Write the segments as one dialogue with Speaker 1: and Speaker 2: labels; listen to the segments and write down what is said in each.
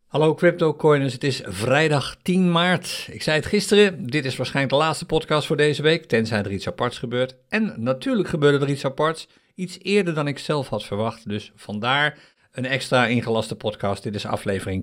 Speaker 1: Hallo CryptoCoiners, het is vrijdag 10 maart. Ik zei het gisteren, dit is waarschijnlijk de laatste podcast voor deze week, tenzij er iets aparts gebeurt. En natuurlijk gebeurde er iets aparts, iets eerder dan ik zelf had verwacht, dus vandaar een extra ingelaste podcast. Dit is aflevering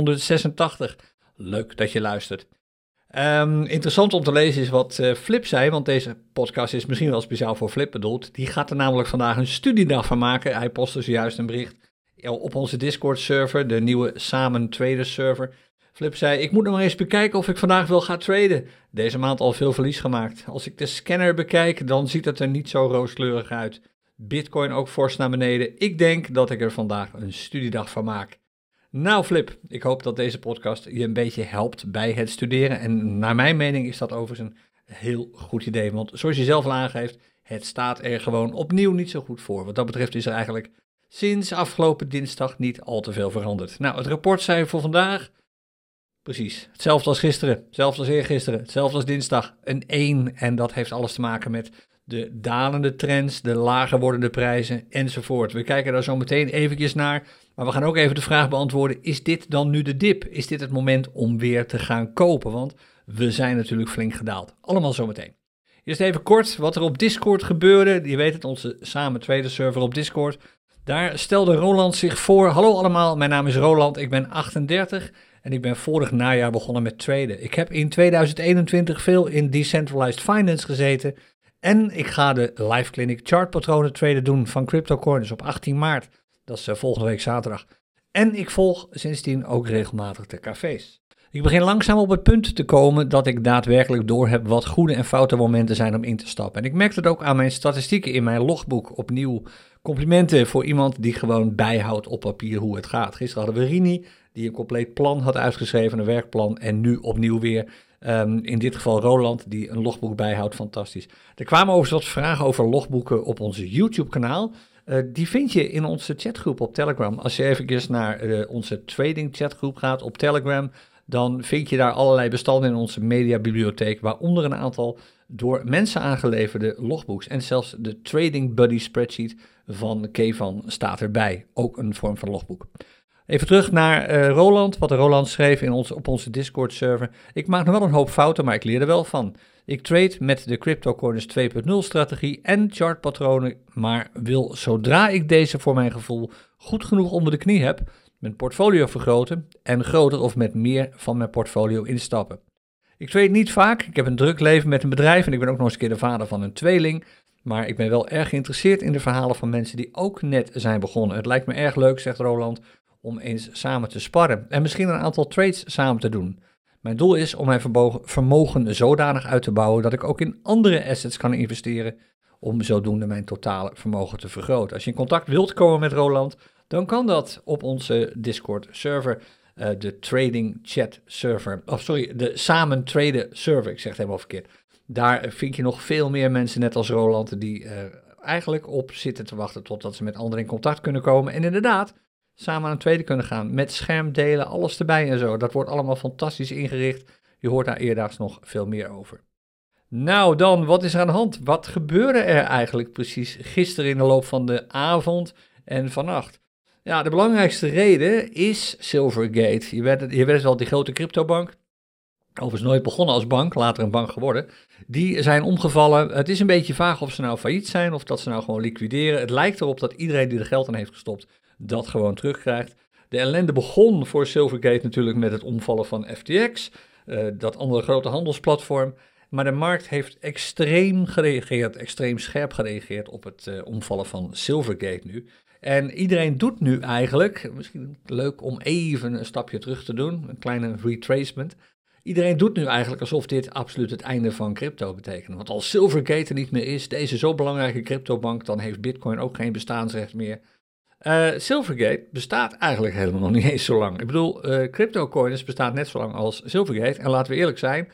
Speaker 1: 286. Leuk dat je luistert. Interessant om te lezen is wat Flip zei, want deze podcast is misschien wel speciaal voor Flip bedoeld. Die gaat er namelijk vandaag een studiedag van maken. Hij postte zojuist een bericht op onze Discord-server, de nieuwe Samen Trader-server. Flip zei, ik moet nog maar eens bekijken of ik vandaag wel ga traden. Deze maand al veel verlies gemaakt. Als ik de scanner bekijk, dan ziet het er niet zo rooskleurig uit. Bitcoin ook fors naar beneden. Ik denk dat ik er vandaag een studiedag van maak. Nou Flip, ik hoop dat deze podcast je een beetje helpt bij het studeren. En naar mijn mening is dat overigens een heel goed idee. Want zoals je zelf al aangeeft, het staat er gewoon opnieuw niet zo goed voor. Wat dat betreft is er eigenlijk sinds afgelopen dinsdag niet al te veel veranderd. Nou, het rapport zei voor vandaag, precies, hetzelfde als gisteren, hetzelfde als eergisteren, hetzelfde als dinsdag, een 1. En dat heeft alles te maken met de dalende trends, de lager wordende prijzen enzovoort. We kijken daar zo meteen eventjes naar, maar we gaan ook even de vraag beantwoorden, is dit dan nu de dip? Is dit het moment om weer te gaan kopen? Want we zijn natuurlijk flink gedaald. Allemaal zo meteen. Eerst even kort wat er op Discord gebeurde. Je weet het, onze Samen Trader server op Discord. Daar stelde Roland zich voor. Hallo allemaal, mijn naam is Roland, ik ben 38 en ik ben vorig najaar begonnen met traden. Ik heb in 2021 veel in Decentralized Finance gezeten en ik ga de live clinic chartpatronen traden doen van CryptoCoiners op 18 maart. Dat is volgende week zaterdag. En ik volg sindsdien ook regelmatig de cafés. Ik begin langzaam op het punt te komen dat ik daadwerkelijk doorheb wat goede en foute momenten zijn om in te stappen. En ik merk het ook aan mijn statistieken in mijn logboek. Opnieuw complimenten voor iemand die gewoon bijhoudt op papier hoe het gaat. Gisteren hadden we Rini, die een compleet plan had uitgeschreven, een werkplan. En nu opnieuw weer, in dit geval Roland, die een logboek bijhoudt. Fantastisch. Er kwamen overigens wat vragen over logboeken op onze YouTube-kanaal. Die vind je in onze chatgroep op Telegram. Als je eventjes naar onze trading chatgroep gaat op Telegram, dan vind je daar allerlei bestanden in onze mediabibliotheek, waaronder een aantal door mensen aangeleverde logbooks. En zelfs de Trading Buddy spreadsheet van Kevan staat erbij. Ook een vorm van logboek. Even terug naar Roland, wat Roland schreef op onze Discord server. Ik maak nog wel een hoop fouten, maar ik leer er wel van. Ik trade met de CryptoCoiners 2.0 strategie en chartpatronen, maar wil zodra ik deze voor mijn gevoel goed genoeg onder de knie heb, mijn portfolio vergroten en groter of met meer van mijn portfolio instappen. Ik trade niet vaak, ik heb een druk leven met een bedrijf en ik ben ook nog eens een keer de vader van een tweeling, maar ik ben wel erg geïnteresseerd in de verhalen van mensen die ook net zijn begonnen. Het lijkt me erg leuk, zegt Roland, om eens samen te sparren en misschien een aantal trades samen te doen. Mijn doel is om mijn vermogen zodanig uit te bouwen dat ik ook in andere assets kan investeren om zodoende mijn totale vermogen te vergroten. Als je in contact wilt komen met Roland, dan kan dat op onze Discord server, de Trading Chat server, de Samen Traden server, ik zeg het helemaal verkeerd. Daar vind je nog veel meer mensen net als Roland die eigenlijk op zitten te wachten totdat ze met anderen in contact kunnen komen. En inderdaad, samen aan het traden kunnen gaan met schermdelen, alles erbij en zo. Dat wordt allemaal fantastisch ingericht. Je hoort daar eerdaags nog veel meer over. Nou dan, wat is er aan de hand? Wat gebeurde er eigenlijk precies gisteren in de loop van de avond en vannacht? Ja, de belangrijkste reden is Silvergate. Je weet het wel, die grote cryptobank. Overigens nooit begonnen als bank, later een bank geworden. Die zijn omgevallen. Het is een beetje vaag of ze nou failliet zijn of dat ze nou gewoon liquideren. Het lijkt erop dat iedereen die er geld aan heeft gestopt dat gewoon terugkrijgt. De ellende begon voor Silvergate natuurlijk met het omvallen van FTX, dat andere grote handelsplatform. Maar de markt heeft extreem gereageerd, extreem scherp gereageerd op het omvallen van Silvergate nu. En iedereen doet nu eigenlijk, misschien leuk om even een stapje terug te doen, een kleine retracement. Iedereen doet nu eigenlijk alsof dit absoluut het einde van crypto betekent. Want als Silvergate er niet meer is, deze zo belangrijke cryptobank, dan heeft Bitcoin ook geen bestaansrecht meer. Silvergate bestaat eigenlijk helemaal nog niet eens zo lang. Ik bedoel, CryptoCoiners bestaat net zo lang als Silvergate. En laten we eerlijk zijn,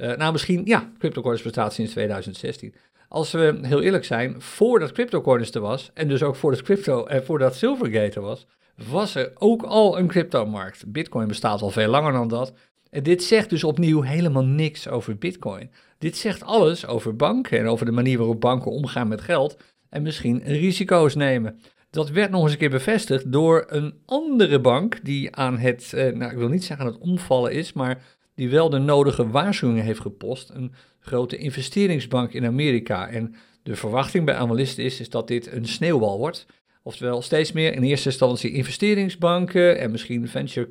Speaker 1: CryptoCoiners bestaat sinds 2016. Als we heel eerlijk zijn, voordat CryptoCoiners er was, en dus ook voordat Silvergate er was er ook al een cryptomarkt. Bitcoin bestaat al veel langer dan dat. En dit zegt dus opnieuw helemaal niks over Bitcoin. Dit zegt alles over banken en over de manier waarop banken omgaan met geld en misschien risico's nemen. Dat werd nog eens een keer bevestigd door een andere bank die aan het, ik wil niet zeggen aan het omvallen is, maar die wel de nodige waarschuwingen heeft gepost. Een grote investeringsbank in Amerika. En de verwachting bij analisten is dat dit een sneeuwbal wordt. Oftewel steeds meer in eerste instantie investeringsbanken en misschien venture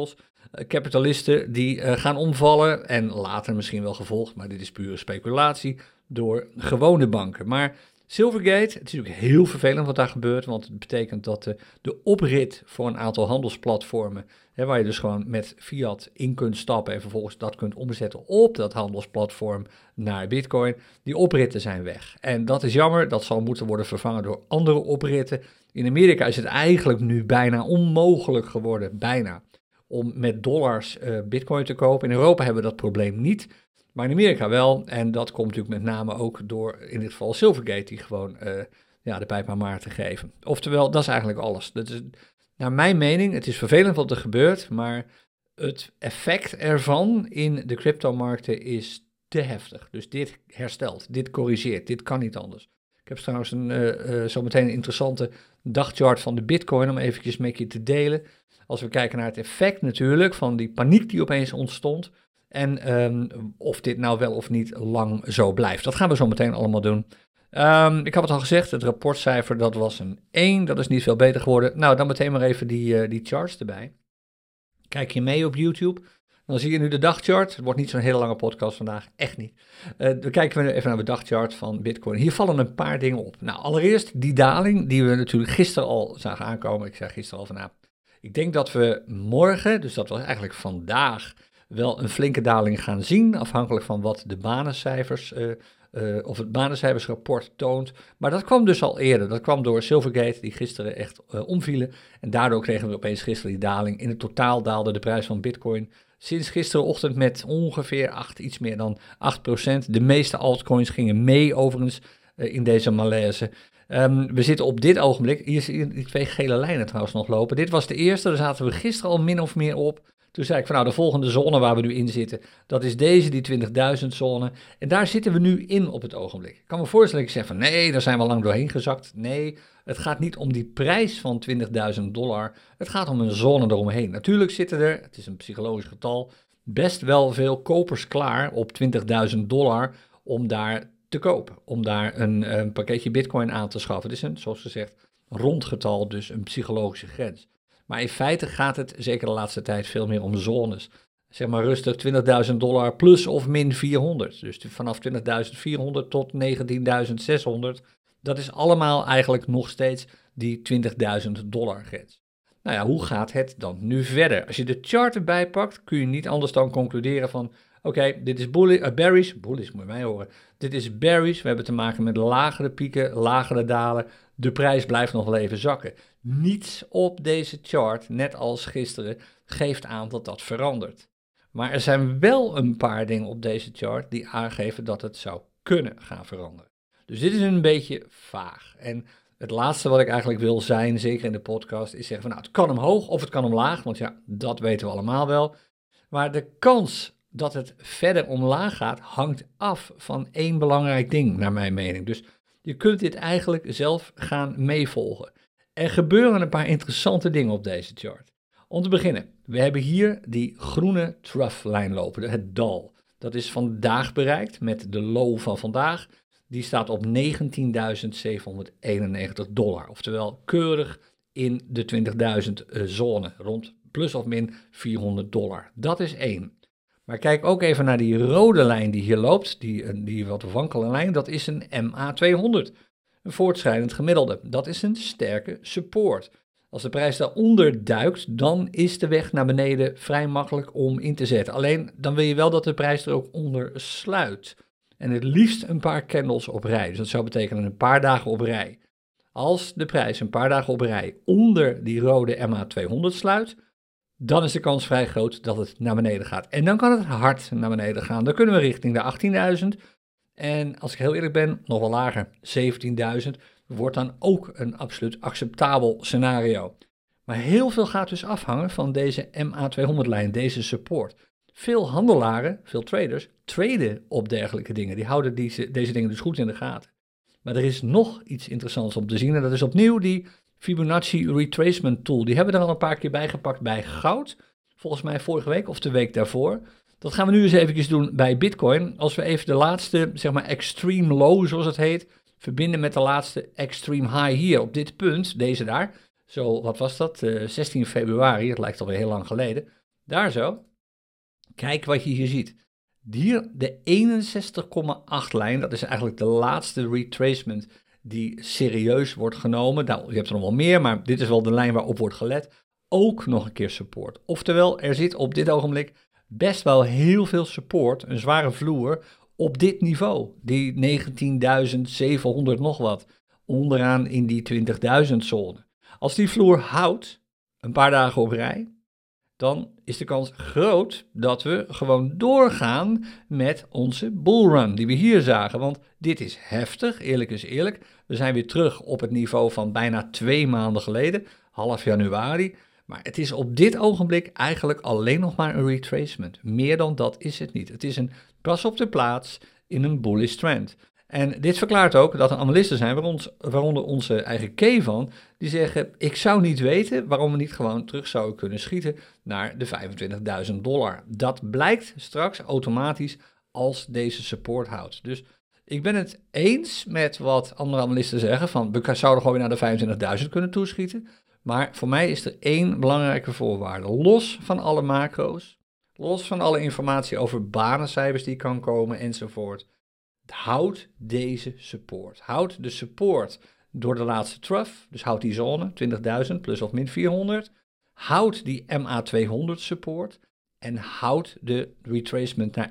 Speaker 1: capitalisten die gaan omvallen. En later misschien wel gevolgd, maar dit is pure speculatie, door gewone banken. Maar Silvergate, het is natuurlijk heel vervelend wat daar gebeurt, want het betekent dat de oprit voor een aantal handelsplatformen, waar je dus gewoon met fiat in kunt stappen en vervolgens dat kunt omzetten op dat handelsplatform naar Bitcoin, die opritten zijn weg. En dat is jammer, dat zal moeten worden vervangen door andere opritten. In Amerika is het eigenlijk nu bijna onmogelijk geworden, om met dollars Bitcoin te kopen. In Europa hebben we dat probleem niet. Maar in Amerika wel, en dat komt natuurlijk met name ook door, in dit geval Silvergate, die gewoon de pijp aan maar te geven. Oftewel, dat is eigenlijk alles. Dat is, naar mijn mening, het is vervelend wat er gebeurt, maar het effect ervan in de cryptomarkten is te heftig. Dus dit herstelt, dit corrigeert, dit kan niet anders. Ik heb trouwens zometeen een interessante dagchart van de Bitcoin om eventjes met je te delen. Als we kijken naar het effect natuurlijk van die paniek die opeens ontstond. En of dit nou wel of niet lang zo blijft. Dat gaan we zo meteen allemaal doen. Ik had het al gezegd, het rapportcijfer dat was een 1. Dat is niet veel beter geworden. Nou, dan meteen maar even die charts erbij. Kijk je mee op YouTube, dan zie je nu de dagchart. Het wordt niet zo'n hele lange podcast vandaag, echt niet. Dan kijken we even naar de dagchart van Bitcoin. Hier vallen een paar dingen op. Nou, allereerst die daling die we natuurlijk gisteren al zagen aankomen. Ik zei gisteren al vanavond. Ik denk dat we morgen, dus dat was eigenlijk vandaag, wel een flinke daling gaan zien, afhankelijk van wat de banencijfers of het banencijfersrapport toont. Maar dat kwam dus al eerder. Dat kwam door Silvergate, die gisteren echt omvielen. En daardoor kregen we opeens gisteren die daling. In het totaal daalde de prijs van Bitcoin sinds gisterenochtend met ongeveer iets meer dan 8%. De meeste altcoins gingen mee overigens in deze malaise. We zitten op dit ogenblik, hier zie je die 2 gele lijnen trouwens nog lopen. Dit was de eerste, daar zaten we gisteren al min of meer op. Toen zei ik van nou, de volgende zone waar we nu in zitten, dat is deze, die 20.000 zone. En daar zitten we nu in op het ogenblik. Ik kan me voorstellen dat ik zeg van nee, daar zijn we lang doorheen gezakt. Nee, het gaat niet om die prijs van $20.000. Het gaat om een zone eromheen. Natuurlijk zitten er, het is een psychologisch getal, best wel veel kopers klaar op $20.000 om daar te kopen. Om daar een pakketje Bitcoin aan te schaffen. Het is een, zoals gezegd, rond getal, dus een psychologische grens. Maar in feite gaat het, zeker de laatste tijd, veel meer om zones. Zeg maar rustig $20.000 plus of min 400. Dus vanaf 20.400 tot 19.600. Dat is allemaal eigenlijk nog steeds die $20.000 grens. Nou ja, hoe gaat het dan nu verder? Als je de chart erbij pakt, kun je niet anders dan concluderen van oké, dit is bearish, bullish moet je mij horen. Dit is bearish, we hebben te maken met lagere pieken, lagere dalen. De prijs blijft nog wel even zakken. Niets op deze chart, net als gisteren, geeft aan dat dat verandert. Maar er zijn wel een paar dingen op deze chart die aangeven dat het zou kunnen gaan veranderen. Dus dit is een beetje vaag. En het laatste wat ik eigenlijk wil zijn, zeker in de podcast, is zeggen van nou, het kan omhoog of het kan omlaag. Want ja, dat weten we allemaal wel. Maar de kans dat het verder omlaag gaat, hangt af van één belangrijk ding, naar mijn mening. Dus je kunt dit eigenlijk zelf gaan meevolgen. Er gebeuren een paar interessante dingen op deze chart. Om te beginnen, we hebben hier die groene trough-lijn lopen, het dal. Dat is vandaag bereikt met de low van vandaag. Die staat op $19.791, oftewel keurig in de 20.000 zone, rond plus of min $400. Dat is één. Maar kijk ook even naar die rode lijn die hier loopt, die wat wankele lijn, dat is een MA200. Een voortschrijdend gemiddelde, dat is een sterke support. Als de prijs daaronder duikt, dan is de weg naar beneden vrij makkelijk om in te zetten. Alleen dan wil je wel dat de prijs er ook onder sluit. En het liefst een paar candles op rij, dus dat zou betekenen een paar dagen op rij. Als de prijs een paar dagen op rij onder die rode MA200 sluit, dan is de kans vrij groot dat het naar beneden gaat. En dan kan het hard naar beneden gaan. Dan kunnen we richting de 18.000. En als ik heel eerlijk ben, nog wel lager, 17.000, wordt dan ook een absoluut acceptabel scenario. Maar heel veel gaat dus afhangen van deze MA200-lijn, deze support. Veel handelaren, veel traders, traden op dergelijke dingen. Die houden deze dingen dus goed in de gaten. Maar er is nog iets interessants om te zien en dat is opnieuw die Fibonacci Retracement Tool. Die hebben we er al een paar keer bij gepakt bij goud. Volgens mij vorige week of de week daarvoor. Dat gaan we nu eens eventjes doen bij Bitcoin. Als we even de laatste, zeg maar extreme low zoals het heet, verbinden met de laatste extreme high hier op dit punt, deze daar. Zo, wat was dat? 16 februari, het lijkt alweer heel lang geleden. Daar zo. Kijk wat je hier ziet. Hier de 61,8 lijn, dat is eigenlijk de laatste retracement die serieus wordt genomen. Nou, je hebt er nog wel meer, maar dit is wel de lijn waarop wordt gelet. Ook nog een keer support. Oftewel, er zit op dit ogenblik best wel heel veel support, een zware vloer, op dit niveau. Die 19.700 nog wat, onderaan in die 20.000 zone. Als die vloer houdt, een paar dagen op rij, dan is de kans groot dat we gewoon doorgaan met onze bullrun die we hier zagen. Want dit is heftig, eerlijk is eerlijk. We zijn weer terug op het niveau van bijna 2 maanden geleden, half januari. Maar het is op dit ogenblik eigenlijk alleen nog maar een retracement. Meer dan dat is het niet. Het is een pas op de plaats in een bullish trend. En dit verklaart ook dat er analisten zijn, waaronder onze eigen Kevan, die zeggen, ik zou niet weten waarom we niet gewoon terug zouden kunnen schieten naar de $25.000. Dat blijkt straks automatisch als deze support houdt. Dus ik ben het eens met wat andere analisten zeggen, van we zouden gewoon weer naar de 25.000 kunnen toeschieten. Maar voor mij is er één belangrijke voorwaarde. Los van alle macro's, los van alle informatie over banencijfers die kan komen enzovoort. Houd deze support. Houd de support door de laatste trough, dus houd die zone, 20.000 plus of min 400. Houd die MA200 support en houd de retracement naar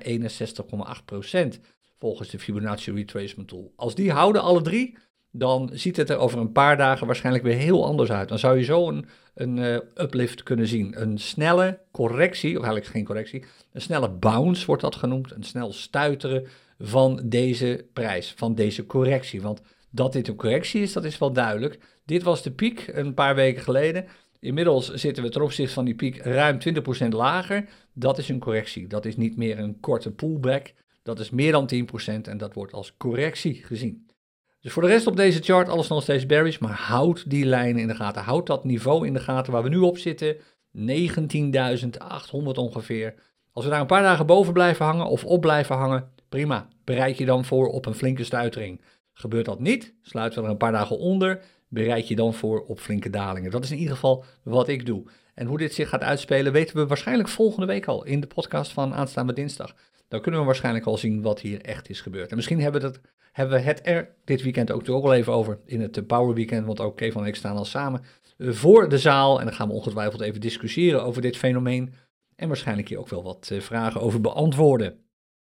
Speaker 1: 61,8% volgens de Fibonacci Retracement Tool. Als die houden alle drie, dan ziet het er over een paar dagen waarschijnlijk weer heel anders uit. Dan zou je zo een uplift kunnen zien. Een snelle correctie, of eigenlijk geen correctie, een snelle bounce wordt dat genoemd, een snel stuiteren van deze prijs, van deze correctie. Want dat dit een correctie is, dat is wel duidelijk. Dit was de piek een paar weken geleden. Inmiddels zitten we ten opzichte van die piek ruim 20% lager. Dat is een correctie. Dat is niet meer een korte pullback. Dat is meer dan 10% en dat wordt als correctie gezien. Dus voor de rest op deze chart alles nog steeds bearish, maar houd die lijnen in de gaten. Houd dat niveau in de gaten waar we nu op zitten, 19.800 ongeveer. Als we daar een paar dagen boven blijven hangen of op blijven hangen, prima. Bereid je dan voor op een flinke stuitering. Gebeurt dat niet, sluiten we er een paar dagen onder, bereid je dan voor op flinke dalingen. Dat is in ieder geval wat ik doe. En hoe dit zich gaat uitspelen weten we waarschijnlijk volgende week al in de podcast van aanstaande dinsdag. Dan kunnen we waarschijnlijk al zien wat hier echt is gebeurd. En misschien hebben we het er dit weekend ook wel even over in het Power Weekend, want ook Kevan en ik staan al samen voor de zaal. En dan gaan we ongetwijfeld even discussiëren over dit fenomeen en waarschijnlijk hier ook wel wat vragen over beantwoorden.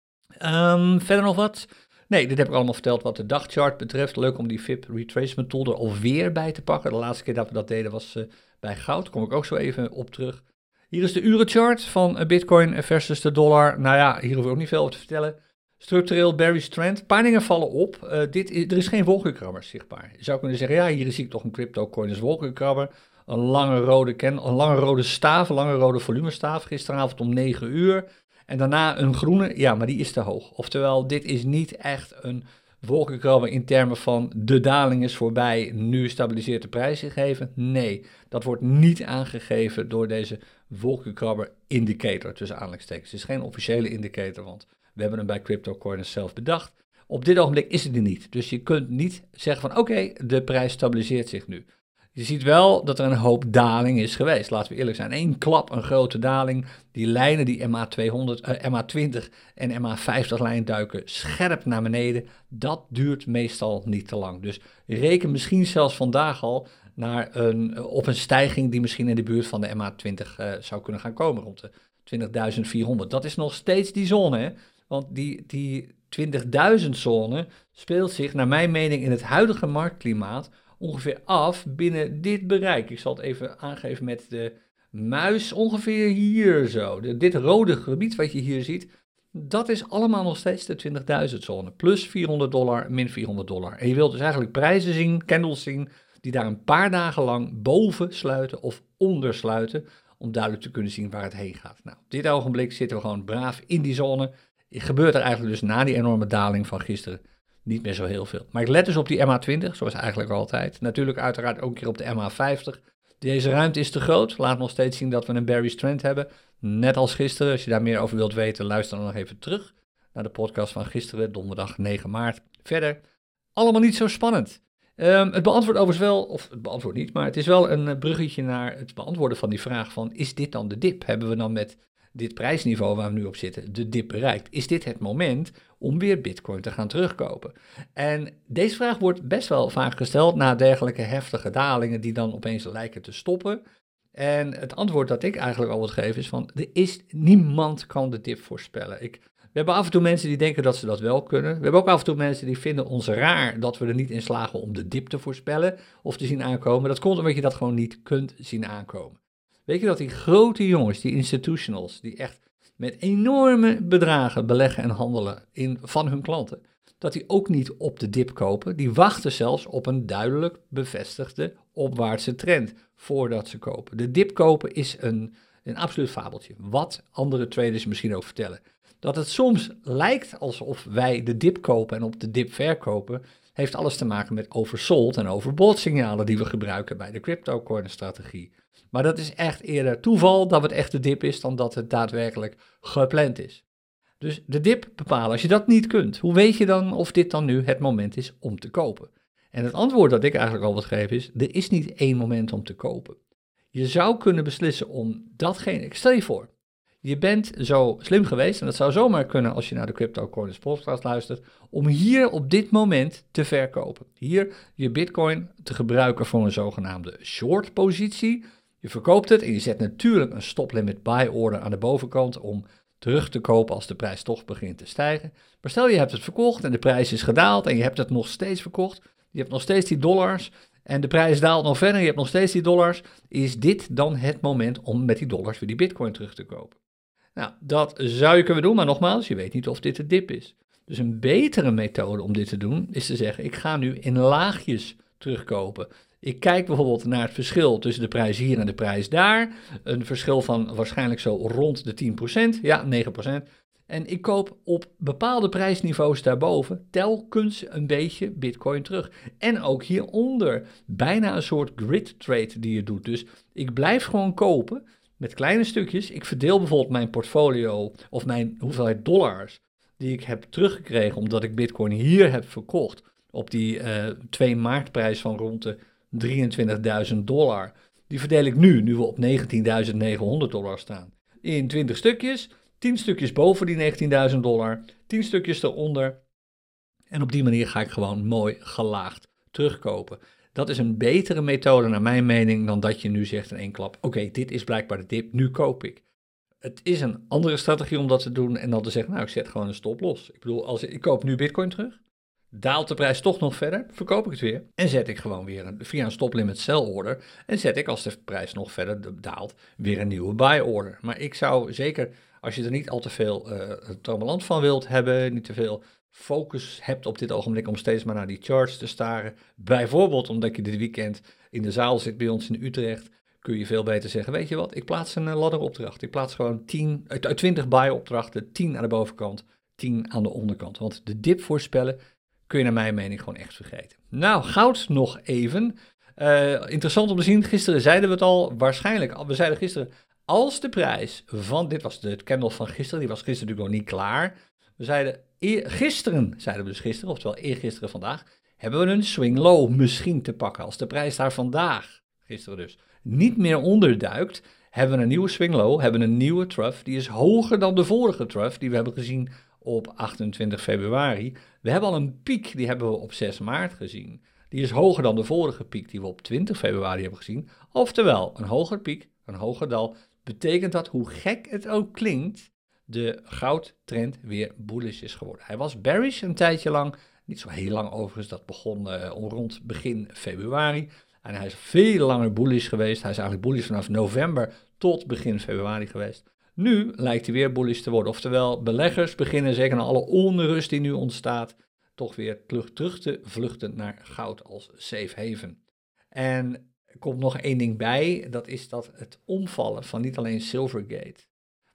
Speaker 1: Verder nog wat? Nee, dit heb ik allemaal verteld wat de dagchart betreft. Leuk om die FIB Retracement Tool er alweer bij te pakken. De laatste keer dat we dat deden was bij goud. Daar kom ik ook zo even op terug. Hier is de urenchart van Bitcoin versus de dollar. Nou ja, hier hoef ik ook niet veel over te vertellen. Structureel bearish trend. Een paar dingen vallen op. Er is geen wolkenkrabber zichtbaar. Je zou kunnen zeggen, ja, hier zie ik toch een cryptocoin als wolkenkrabber. Een lange rode staaf, een lange rode volumestaaf. Gisteravond om 9 uur. En daarna een groene, ja, maar die is te hoog. Oftewel, dit is niet echt een wolkenkrabber in termen van de daling is voorbij, nu stabiliseert de prijs zich gegeven. Nee, dat wordt niet aangegeven door deze wolkenkrabber indicator, tussen aanhalingstekens. Het is geen officiële indicator, want we hebben hem bij CryptoCoiners zelf bedacht. Op dit ogenblik is het er niet. Dus je kunt niet zeggen van oké, de prijs stabiliseert zich nu. Je ziet wel dat er een hoop daling is geweest. Laten we eerlijk zijn. Eén klap, een grote daling. Die lijnen, die MA20 en MA50 lijn duiken scherp naar beneden. Dat duurt meestal niet te lang. Dus reken misschien zelfs vandaag al op een stijging die misschien in de buurt van de MA20 zou kunnen gaan komen. Rond de 20.400. Dat is nog steeds die zone, hè? Want die 20.000 zone speelt zich naar mijn mening in het huidige marktklimaat ongeveer af binnen dit bereik. Ik zal het even aangeven met de muis, ongeveer hier zo. Dit rode gebied wat je hier ziet, dat is allemaal nog steeds de 20.000 zone. Plus $400, min $400. En je wilt dus eigenlijk prijzen zien, candles zien, die daar een paar dagen lang boven sluiten of onder sluiten, om duidelijk te kunnen zien waar het heen gaat. Nou, op dit ogenblik zitten we gewoon braaf in die zone. Het gebeurt er eigenlijk dus na die enorme daling van gisteren niet meer zo heel veel. Maar ik let dus op die MA20, zoals eigenlijk altijd. Natuurlijk uiteraard ook een keer op de MA50. Deze ruimte is te groot. Laat nog steeds zien dat we een bearish trend hebben. Net als gisteren. Als je daar meer over wilt weten, luister dan nog even terug naar de podcast van gisteren, donderdag 9 maart. Verder, allemaal niet zo spannend. Het beantwoordt overigens wel, of het beantwoordt niet, maar het is wel een bruggetje naar het beantwoorden van die vraag van, is dit dan de dip? Hebben we dan met dit prijsniveau waar we nu op zitten, de dip bereikt? Is dit het moment om weer Bitcoin te gaan terugkopen? En deze vraag wordt best wel vaak gesteld na dergelijke heftige dalingen die dan opeens lijken te stoppen. En het antwoord dat ik eigenlijk altijd geef is van, niemand kan de dip voorspellen. We hebben af en toe mensen die denken dat ze dat wel kunnen. We hebben ook af en toe mensen die vinden ons raar dat we er niet in slagen om de dip te voorspellen of te zien aankomen. Dat komt omdat je dat gewoon niet kunt zien aankomen. Weet je dat die grote jongens, die institutionals, die echt met enorme bedragen beleggen en handelen van hun klanten, dat die ook niet op de dip kopen. Die wachten zelfs op een duidelijk bevestigde opwaartse trend voordat ze kopen. De dip kopen is een absoluut fabeltje. Wat andere traders misschien ook vertellen. Dat het soms lijkt alsof wij de dip kopen en op de dip verkopen, heeft alles te maken met oversold en overbought signalen die we gebruiken bij de cryptocurrency-strategie. Maar dat is echt eerder toeval dat het echt de dip is dan dat het daadwerkelijk gepland is. Dus de dip bepalen, als je dat niet kunt, hoe weet je dan of dit dan nu het moment is om te kopen? En het antwoord dat ik eigenlijk altijd geef is, er is niet één moment om te kopen. Je zou kunnen beslissen om datgene, ik stel je voor, je bent zo slim geweest, en dat zou zomaar kunnen als je naar de CryptoCoins podcast luistert, om hier op dit moment te verkopen. Hier je Bitcoin te gebruiken voor een zogenaamde short positie. Je verkoopt het en je zet natuurlijk een stop limit buy order aan de bovenkant om terug te kopen als de prijs toch begint te stijgen. Maar stel je hebt het verkocht en de prijs is gedaald en je hebt het nog steeds verkocht. Je hebt nog steeds die dollars en de prijs daalt nog verder, je hebt nog steeds die dollars. Is dit dan het moment om met die dollars weer die Bitcoin terug te kopen? Nou, dat zou je kunnen doen, maar nogmaals, je weet niet of dit de dip is. Dus een betere methode om dit te doen is te zeggen, ik ga nu in laagjes terugkopen. Ik kijk bijvoorbeeld naar het verschil tussen de prijs hier en de prijs daar. Een verschil van waarschijnlijk zo rond de 10%, ja 9%. En ik koop op bepaalde prijsniveaus daarboven telkens een beetje Bitcoin terug. En ook hieronder, bijna een soort grid trade die je doet. Dus ik blijf gewoon kopen met kleine stukjes. Ik verdeel bijvoorbeeld mijn portfolio of mijn hoeveelheid dollars die ik heb teruggekregen omdat ik Bitcoin hier heb verkocht op die 2 maartprijs van rond de $23.000. Die verdeel ik nu we op $19.900 staan. In 20 stukjes, 10 stukjes boven die $19.000, 10 stukjes eronder. En op die manier ga ik gewoon mooi gelaagd terugkopen. Dat is een betere methode naar mijn mening dan dat je nu zegt in één klap, oké, dit is blijkbaar de dip, nu koop ik. Het is een andere strategie om dat te doen en dan te zeggen, nou ik zet gewoon een stop los. Ik bedoel, ik koop nu Bitcoin terug, daalt de prijs toch nog verder, verkoop ik het weer en zet ik gewoon weer via een stop limit sell order en zet ik als de prijs nog verder daalt weer een nieuwe buy order. Maar ik zou zeker, als je er niet al te veel trammeland van wilt hebben, niet te veel focus hebt op dit ogenblik om steeds maar naar die charts te staren, bijvoorbeeld omdat je dit weekend in de zaal zit bij ons in Utrecht, kun je veel beter zeggen, weet je wat, ik plaats een ladderopdracht. Ik plaats gewoon 20 buy opdrachten, 10 aan de bovenkant, 10 aan de onderkant. Want de dip voorspellen kun je naar mijn mening gewoon echt vergeten. Nou, goud nog even. Interessant om te zien, gisteren zeiden we het al, waarschijnlijk, we zeiden gisteren, als de prijs van, dit was de candle van gisteren, die was gisteren natuurlijk nog niet klaar. We zeiden, oftewel eergisteren vandaag, hebben we een swing low misschien te pakken. Als de prijs daar vandaag, gisteren dus, niet meer onderduikt, hebben we een nieuwe swing low, hebben een nieuwe trough, die is hoger dan de vorige trough die we hebben gezien op 28 februari. We hebben al een piek, die hebben we op 6 maart gezien. Die is hoger dan de vorige piek die we op 20 februari hebben gezien. Oftewel, een hoger piek, een hoger dal, betekent dat, hoe gek het ook klinkt, de goudtrend weer bullish is geworden. Hij was bearish een tijdje lang, niet zo heel lang overigens, dat begon om rond begin februari. En hij is veel langer bullish geweest. Hij is eigenlijk bullish vanaf november tot begin februari geweest. Nu lijkt hij weer bullish te worden. Oftewel, beleggers beginnen, zeker na alle onrust die nu ontstaat, toch weer terug te vluchten naar goud als safe haven. En er komt nog één ding bij, dat is dat het omvallen van niet alleen Silvergate,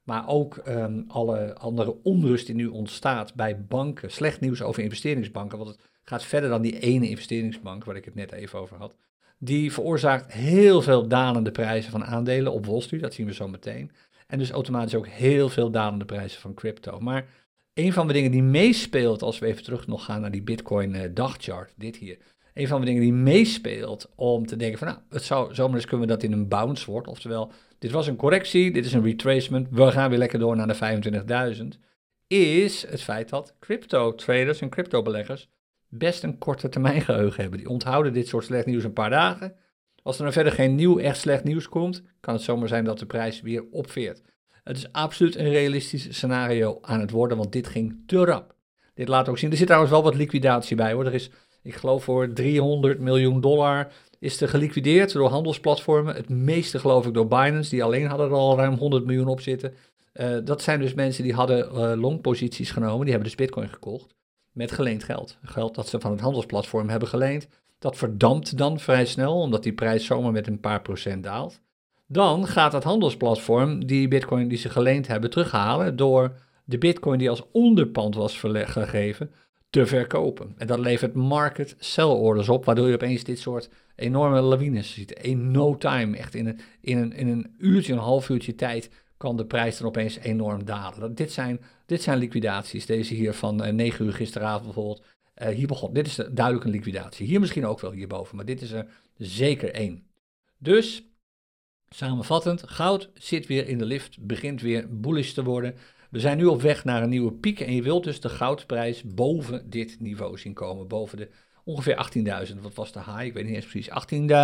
Speaker 1: Maar ook alle andere onrust die nu ontstaat bij banken. Slecht nieuws over investeringsbanken, want het gaat verder dan die ene investeringsbank waar ik het net even over had. Die veroorzaakt heel veel dalende prijzen van aandelen op Wall Street, dat zien we zo meteen. En dus automatisch ook heel veel dalende prijzen van crypto. Maar een van de dingen die meespeelt, als we even terug nog gaan naar die Bitcoin dagchart, dit hier. Een van de dingen die meespeelt om te denken van, nou, het zou zomaar eens kunnen dat in een bounce wordt. Oftewel, dit was een correctie, dit is een retracement, we gaan weer lekker door naar de 25.000. Is het feit dat crypto traders en crypto beleggers best een korte termijn geheugen hebben. Die onthouden dit soort slecht nieuws een paar dagen. Als er dan verder geen nieuw echt slecht nieuws komt, kan het zomaar zijn dat de prijs weer opveert. Het is absoluut een realistisch scenario aan het worden, want dit ging te rap. Dit laat ook zien, er zit trouwens wel wat liquidatie bij hoor. Er is, ik geloof voor $300 miljoen is er geliquideerd door handelsplatformen. Het meeste geloof ik door Binance, die alleen hadden er al ruim 100 miljoen op zitten. Dat zijn dus mensen die hadden longposities genomen, die hebben dus Bitcoin gekocht met geleend geld. Geld dat ze van het handelsplatform hebben geleend. Dat verdampt dan vrij snel, omdat die prijs zomaar met een paar procent daalt. Dan gaat het handelsplatform die Bitcoin die ze geleend hebben terughalen door de Bitcoin die als onderpand was gegeven te verkopen. En dat levert market sell orders op, waardoor je opeens dit soort enorme lawines ziet. In no time, echt in een uurtje, een half uurtje tijd kan de prijs dan opeens enorm dalen. Dit zijn liquidaties. Deze hier van 9 uur gisteravond bijvoorbeeld. Hier begon. Dit is duidelijk een liquidatie. Hier misschien ook wel hierboven, maar dit is er zeker één. Dus, samenvattend, goud zit weer in de lift, begint weer bullish te worden. We zijn nu op weg naar een nieuwe piek en je wilt dus de goudprijs boven dit niveau zien komen. Boven de ongeveer 18.000. Wat was de high? Ik weet niet eens precies.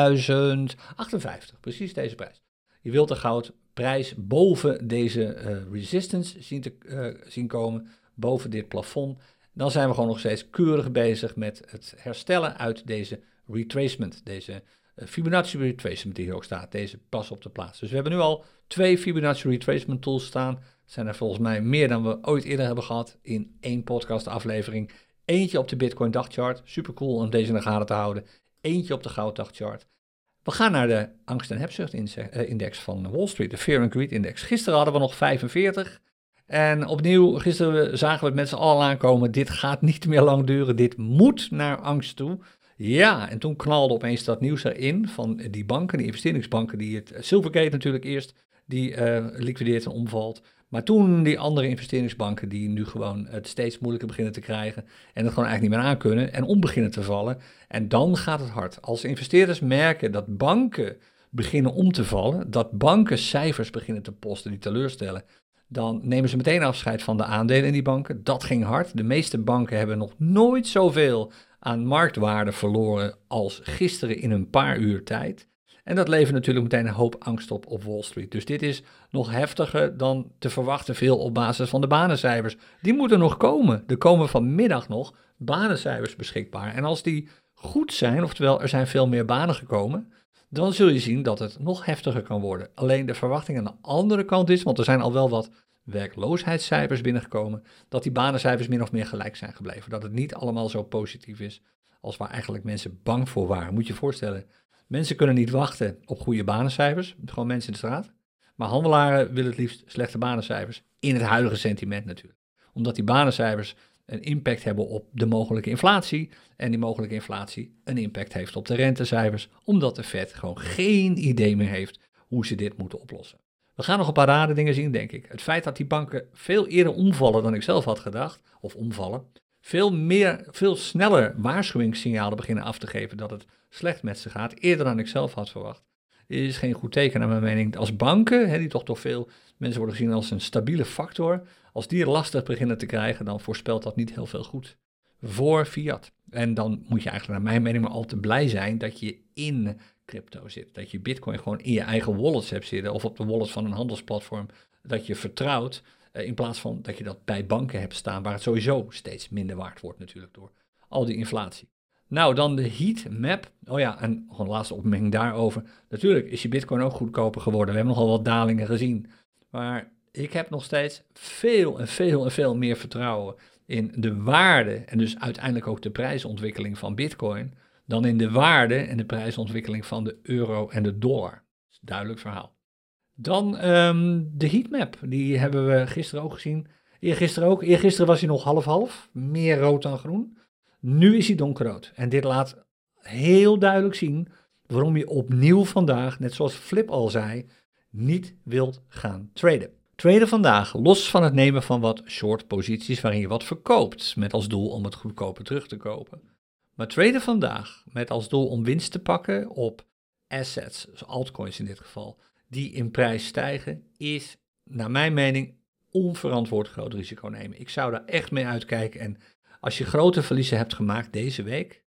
Speaker 1: 18.058, precies deze prijs. Je wilt de goudprijs boven deze resistance zien komen, boven dit plafond. Dan zijn we gewoon nog steeds keurig bezig met het herstellen uit deze retracement. Deze Fibonacci retracement die hier ook staat, deze pas op de plaats. Dus we hebben nu al 2 Fibonacci retracement tools staan. Dat zijn er volgens mij meer dan we ooit eerder hebben gehad in 1 podcast aflevering. Eentje op de Bitcoin dagchart, super cool om deze in de gaten te houden. Eentje op de goud dagchart. We gaan naar de angst- en hebzucht-index van Wall Street, de Fear and Greed Index. Gisteren hadden we nog 45 en opnieuw, gisteren zagen we het met z'n allen aankomen, dit gaat niet meer lang duren, dit moet naar angst toe. Ja, en toen knalde opeens dat nieuws erin van die banken, die investeringsbanken, die het Silvergate natuurlijk eerst, die liquideert en omvalt. Maar toen die andere investeringsbanken die nu gewoon het steeds moeilijker beginnen te krijgen en het gewoon eigenlijk niet meer aan kunnen en om beginnen te vallen. En dan gaat het hard. Als investeerders merken dat banken beginnen om te vallen, dat banken cijfers beginnen te posten die teleurstellen, dan nemen ze meteen afscheid van de aandelen in die banken. Dat ging hard. De meeste banken hebben nog nooit zoveel aan marktwaarde verloren als gisteren in een paar uur tijd. En dat levert natuurlijk meteen een hoop angst op Wall Street. Dus dit is nog heftiger dan te verwachten veel op basis van de banencijfers. Die moeten nog komen. Er komen vanmiddag nog banencijfers beschikbaar. En als die goed zijn, oftewel er zijn veel meer banen gekomen, dan zul je zien dat het nog heftiger kan worden. Alleen de verwachting aan de andere kant is, want er zijn al wel wat werkloosheidscijfers binnengekomen, dat die banencijfers min of meer gelijk zijn gebleven. Dat het niet allemaal zo positief is als waar eigenlijk mensen bang voor waren. Moet je je voorstellen, mensen kunnen niet wachten op goede banencijfers, gewoon mensen in de straat. Maar handelaren willen het liefst slechte banencijfers, in het huidige sentiment natuurlijk. Omdat die banencijfers een impact hebben op de mogelijke inflatie en die mogelijke inflatie een impact heeft op de rentecijfers, omdat de Fed gewoon geen idee meer heeft hoe ze dit moeten oplossen. We gaan nog een paar rare dingen zien, denk ik. Het feit dat die banken veel eerder omvallen dan ik zelf had gedacht, of omvallen, veel sneller waarschuwingssignalen beginnen af te geven dat het slecht met ze gaat, eerder dan ik zelf had verwacht, is geen goed teken naar mijn mening. Als banken, die toch door veel mensen worden gezien als een stabiele factor, als die lastig beginnen te krijgen, dan voorspelt dat niet heel veel goed voor fiat. En dan moet je eigenlijk naar mijn mening maar al te blij zijn dat je in crypto zit. Dat je Bitcoin gewoon in je eigen wallets hebt zitten of op de wallet van een handelsplatform dat je vertrouwt, in plaats van dat je dat bij banken hebt staan waar het sowieso steeds minder waard wordt natuurlijk door al die inflatie. Nou, dan de heatmap. Oh ja, en nog een laatste opmerking daarover. Natuurlijk is je Bitcoin ook goedkoper geworden. We hebben nogal wat dalingen gezien. Maar ik heb nog steeds veel meer vertrouwen in de waarde en dus uiteindelijk ook de prijsontwikkeling van Bitcoin dan in de waarde en de prijsontwikkeling van de euro en de dollar. Dat is een duidelijk verhaal. Dan de heatmap, die hebben we gisteren ook gezien. Eergisteren ook. Eergisteren was hij nog half-half, meer rood dan groen. Nu is hij donkerrood. En dit laat heel duidelijk zien waarom je opnieuw vandaag, net zoals Flip al zei, niet wilt gaan traden. Traden vandaag, los van het nemen van wat short posities waarin je wat verkoopt, met als doel om het goedkoper terug te kopen. Maar traden vandaag met als doel om winst te pakken op assets, dus altcoins in dit geval, die in prijs stijgen, is naar mijn mening onverantwoord groot risico nemen. Ik zou daar echt mee uitkijken. En als je grote verliezen hebt gemaakt deze week,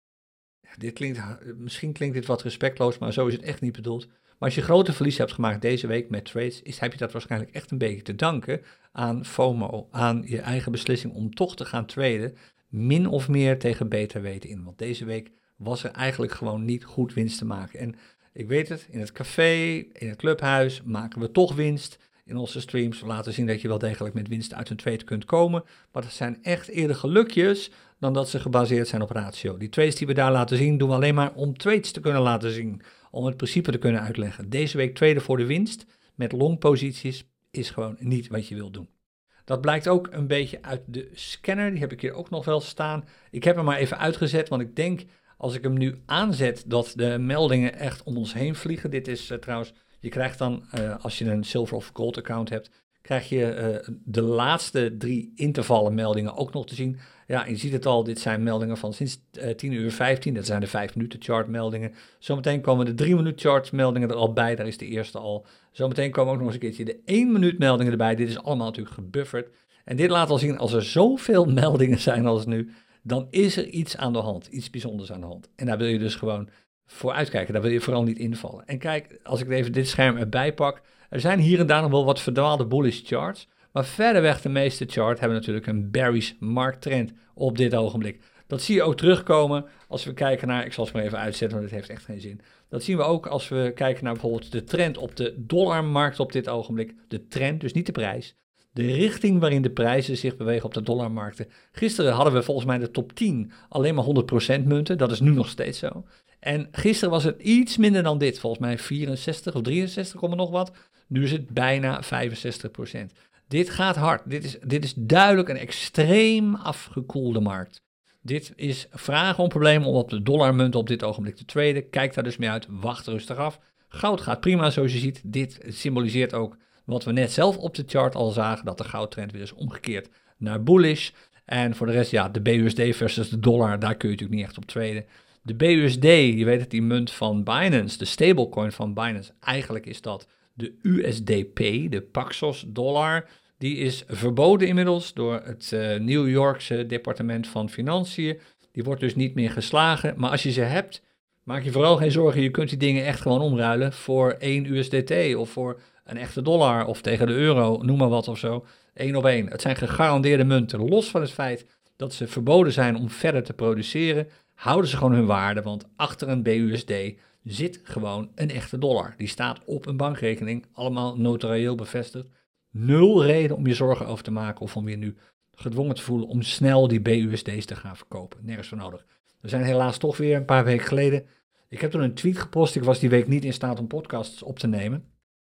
Speaker 1: misschien klinkt dit wat respectloos, maar zo is het echt niet bedoeld. Maar als je grote verliezen hebt gemaakt deze week met trades, heb je dat waarschijnlijk echt een beetje te danken aan FOMO, aan je eigen beslissing om toch te gaan traden, min of meer tegen beter weten in. Want deze week was er eigenlijk gewoon niet goed winst te maken. En ik weet het, in het café, in het clubhuis maken we toch winst. In onze streams laten zien dat je wel degelijk met winst uit een trade kunt komen. Maar dat zijn echt eerder gelukjes dan dat ze gebaseerd zijn op ratio. Die trades die we daar laten zien, doen we alleen maar om trades te kunnen laten zien. Om het principe te kunnen uitleggen. Deze week traden voor de winst met long posities is gewoon niet wat je wilt doen. Dat blijkt ook een beetje uit de scanner. Die heb ik hier ook nog wel staan. Ik heb hem maar even uitgezet, want ik denk als ik hem nu aanzet dat de meldingen echt om ons heen vliegen. Dit is trouwens, je krijgt dan als je een silver of gold account hebt, krijg je de laatste 3 intervallen meldingen ook nog te zien. Ja, je ziet het al, dit zijn meldingen van sinds 10:15, dat zijn de 5 minuten chart meldingen. Zometeen komen de 3 minuten chart meldingen er al bij, daar is de eerste al. Zometeen komen ook nog eens een keertje de 1 minuut meldingen erbij, dit is allemaal natuurlijk gebufferd. En dit laat al zien, als er zoveel meldingen zijn als nu, dan is er iets aan de hand, iets bijzonders aan de hand. En daar wil je dus gewoon voor uitkijken, daar wil je vooral niet invallen. En kijk, als ik even dit scherm erbij pak, er zijn hier en daar nog wel wat verdwaalde bullish charts, maar verreweg de meeste charts hebben natuurlijk een bearish markttrend op dit ogenblik. Dat zie je ook terugkomen als we kijken naar, ik zal het maar even uitzetten, want dit heeft echt geen zin. Dat zien we ook als we kijken naar bijvoorbeeld de trend op de dollarmarkt op dit ogenblik. De trend, dus niet de prijs. De richting waarin de prijzen zich bewegen op de dollarmarkten. Gisteren hadden we volgens mij de top 10 alleen maar 100% munten. Dat is nu nog steeds zo. En gisteren was het iets minder dan dit. Volgens mij 64 of 63, nog wat. Nu is het bijna 65%. Dit gaat hard. Dit is duidelijk een extreem afgekoelde markt. Dit is vragen om problemen om op de dollarmunt op dit ogenblik te traden. Kijk daar dus mee uit. Wacht rustig af. Goud gaat prima zoals je ziet. Dit symboliseert ook wat we net zelf op de chart al zagen, dat de goudtrend weer is omgekeerd naar bullish. En voor de rest, ja, de BUSD versus de dollar, daar kun je natuurlijk niet echt op traden. De BUSD, je weet het, die munt van Binance, de stablecoin van Binance, eigenlijk is dat de USDP, de Paxos dollar. Die is verboden inmiddels door het New Yorkse departement van Financiën. Die wordt dus niet meer geslagen. Maar als je ze hebt, maak je vooral geen zorgen. Je kunt die dingen echt gewoon omruilen voor 1 USDT of voor een echte dollar of tegen de euro, noem maar wat of zo. 1 op 1. Het zijn gegarandeerde munten. Los van het feit dat ze verboden zijn om verder te produceren, houden ze gewoon hun waarde. Want achter een BUSD zit gewoon een echte dollar. Die staat op een bankrekening, allemaal notarieel bevestigd. Nul reden om je zorgen over te maken of om je nu gedwongen te voelen om snel die BUSD's te gaan verkopen. Nergens voor nodig. We zijn helaas toch weer een paar weken geleden. Ik heb toen een tweet gepost. Ik was die week niet in staat om podcasts op te nemen.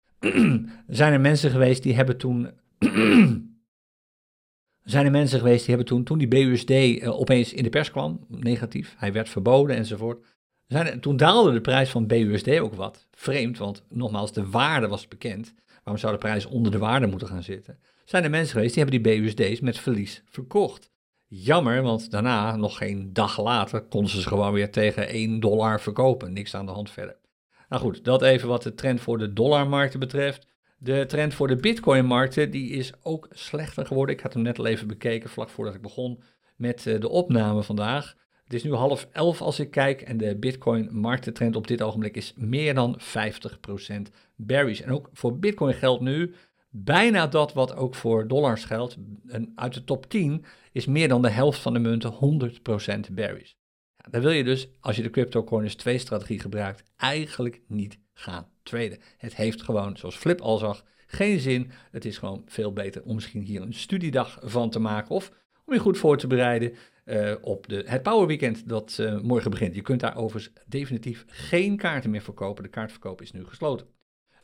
Speaker 1: Zijn er mensen geweest die hebben toen. Toen die BUSD opeens in de pers kwam, negatief, hij werd verboden enzovoort. Toen daalde de prijs van BUSD ook wat. Vreemd, want nogmaals, de waarde was bekend. Waarom zou de prijs onder de waarde moeten gaan zitten? Zijn er mensen geweest die hebben die BUSD's met verlies verkocht. Jammer, want daarna, nog geen dag later, konden ze gewoon weer tegen 1 dollar verkopen. Niks aan de hand verder. Nou goed, dat even wat de trend voor de dollarmarkten betreft. De trend voor de bitcoinmarkten, die is ook slechter geworden. Ik had hem net al even bekeken, vlak voordat ik begon met de opname vandaag. Het is nu 10:30 als ik kijk en de bitcoin-marktentrend op dit ogenblik is meer dan 50% bearish. En ook voor bitcoin geldt nu bijna dat wat ook voor dollars geldt. En uit de top 10 is meer dan de helft van de munten 100% bearish. Ja, dan wil je dus, als je de CryptoCoiners 2-strategie gebruikt, eigenlijk niet gaan traden. Het heeft gewoon, zoals Flip al zag, geen zin. Het is gewoon veel beter om misschien hier een studiedag van te maken of om je goed voor te bereiden op het Power Weekend dat morgen begint. Je kunt daar overigens definitief geen kaarten meer verkopen. De kaartverkoop is nu gesloten.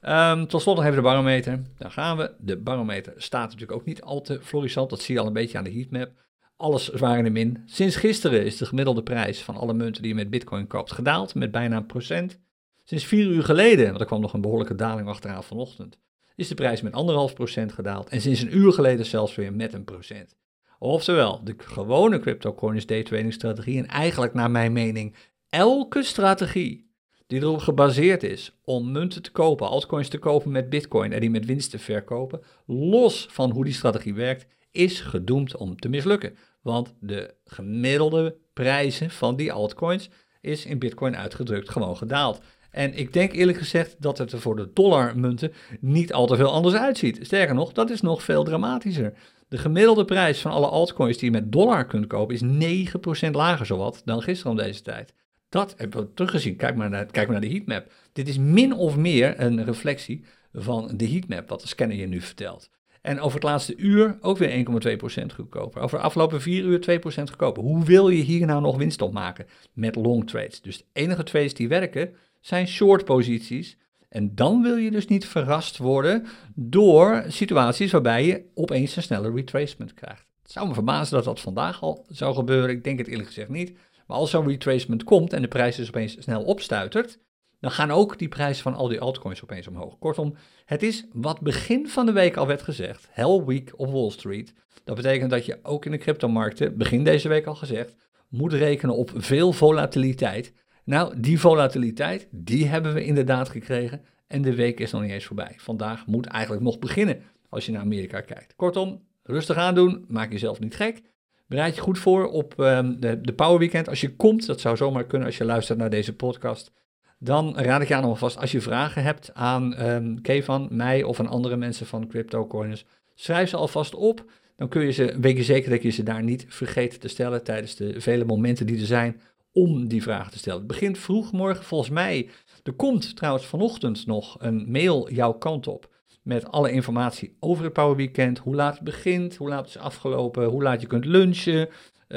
Speaker 1: Tot slot nog even de barometer. Daar gaan we. De barometer staat natuurlijk ook niet al te florissant. Dat zie je al een beetje aan de heatmap. Alles zwaar in de min. Sinds gisteren is de gemiddelde prijs van alle munten die je met bitcoin koopt gedaald met bijna 1%. Sinds 4 uur geleden, want er kwam nog een behoorlijke daling achteraan vanochtend, is de prijs met 1,5% gedaald. En sinds een uur geleden zelfs weer met 1%. Oftewel, de gewone cryptocoin is daytrading strategie en eigenlijk naar mijn mening elke strategie die erop gebaseerd is om munten te kopen, altcoins te kopen met bitcoin en die met winst te verkopen, los van hoe die strategie werkt, is gedoemd om te mislukken. Want de gemiddelde prijzen van die altcoins is in bitcoin uitgedrukt gewoon gedaald. En ik denk eerlijk gezegd dat het er voor de dollarmunten niet al te veel anders uitziet. Sterker nog, dat is nog veel dramatischer. De gemiddelde prijs van alle altcoins die je met dollar kunt kopen is 9% lager zowat dan gisteren om deze tijd. Dat hebben we teruggezien. Kijk maar naar de heatmap. Dit is min of meer een reflectie van de heatmap, wat de scanner je nu vertelt. En over het laatste uur ook weer 1,2% goedkoper. Over de afgelopen 4 uur 2% goedkoper. Hoe wil je hier nou nog winst op maken met long trades? Dus de enige trades die werken zijn short posities. En dan wil je dus niet verrast worden door situaties waarbij je opeens een snelle retracement krijgt. Het zou me verbazen dat dat vandaag al zou gebeuren. Ik denk het eerlijk gezegd niet. Maar als zo'n retracement komt en de prijs dus opeens snel opstuitert, dan gaan ook die prijzen van al die altcoins opeens omhoog. Kortom, het is wat begin van de week al werd gezegd, Hell Week op Wall Street. Dat betekent dat je ook in de cryptomarkten, begin deze week al gezegd, moet rekenen op veel volatiliteit. Nou, die volatiliteit, die hebben we inderdaad gekregen en de week is nog niet eens voorbij. Vandaag moet eigenlijk nog beginnen als je naar Amerika kijkt. Kortom, rustig aandoen, maak jezelf niet gek. Bereid je goed voor op de Power Weekend. Als je komt, dat zou zomaar kunnen als je luistert naar deze podcast, dan raad ik je aan alvast, als je vragen hebt aan Kevan, mij of aan andere mensen van CryptoCoiners, schrijf ze alvast op. Dan weet je zeker dat je ze daar niet vergeet te stellen tijdens de vele momenten die er zijn om die vragen te stellen. Het begint vroeg morgen volgens mij. Er komt trouwens vanochtend nog een mail jouw kant op met alle informatie over het Power Weekend, hoe laat het begint, hoe laat het is afgelopen, hoe laat je kunt lunchen.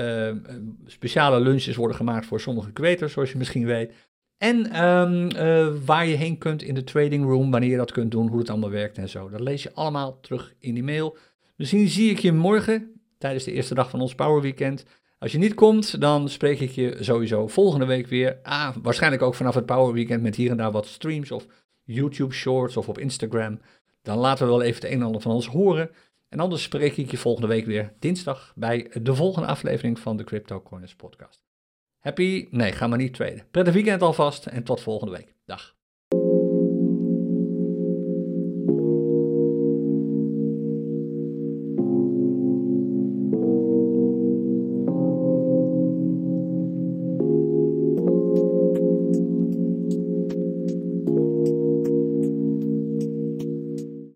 Speaker 1: Speciale lunches worden gemaakt voor sommige creators, zoals je misschien weet. En waar je heen kunt in de trading room, wanneer je dat kunt doen, hoe het allemaal werkt en zo. Dat lees je allemaal terug in die mail. Misschien zie ik je morgen, tijdens de eerste dag van ons Power Weekend. Als je niet komt, dan spreek ik je sowieso volgende week weer. Waarschijnlijk ook vanaf het Power Weekend met hier en daar wat streams of YouTube Shorts of op Instagram. Dan laten we wel even het een en ander van ons horen. En anders spreek ik je volgende week weer dinsdag bij de volgende aflevering van de CryptoCoiners podcast. Ga maar niet traden. Prettig weekend alvast en tot volgende week. Dag.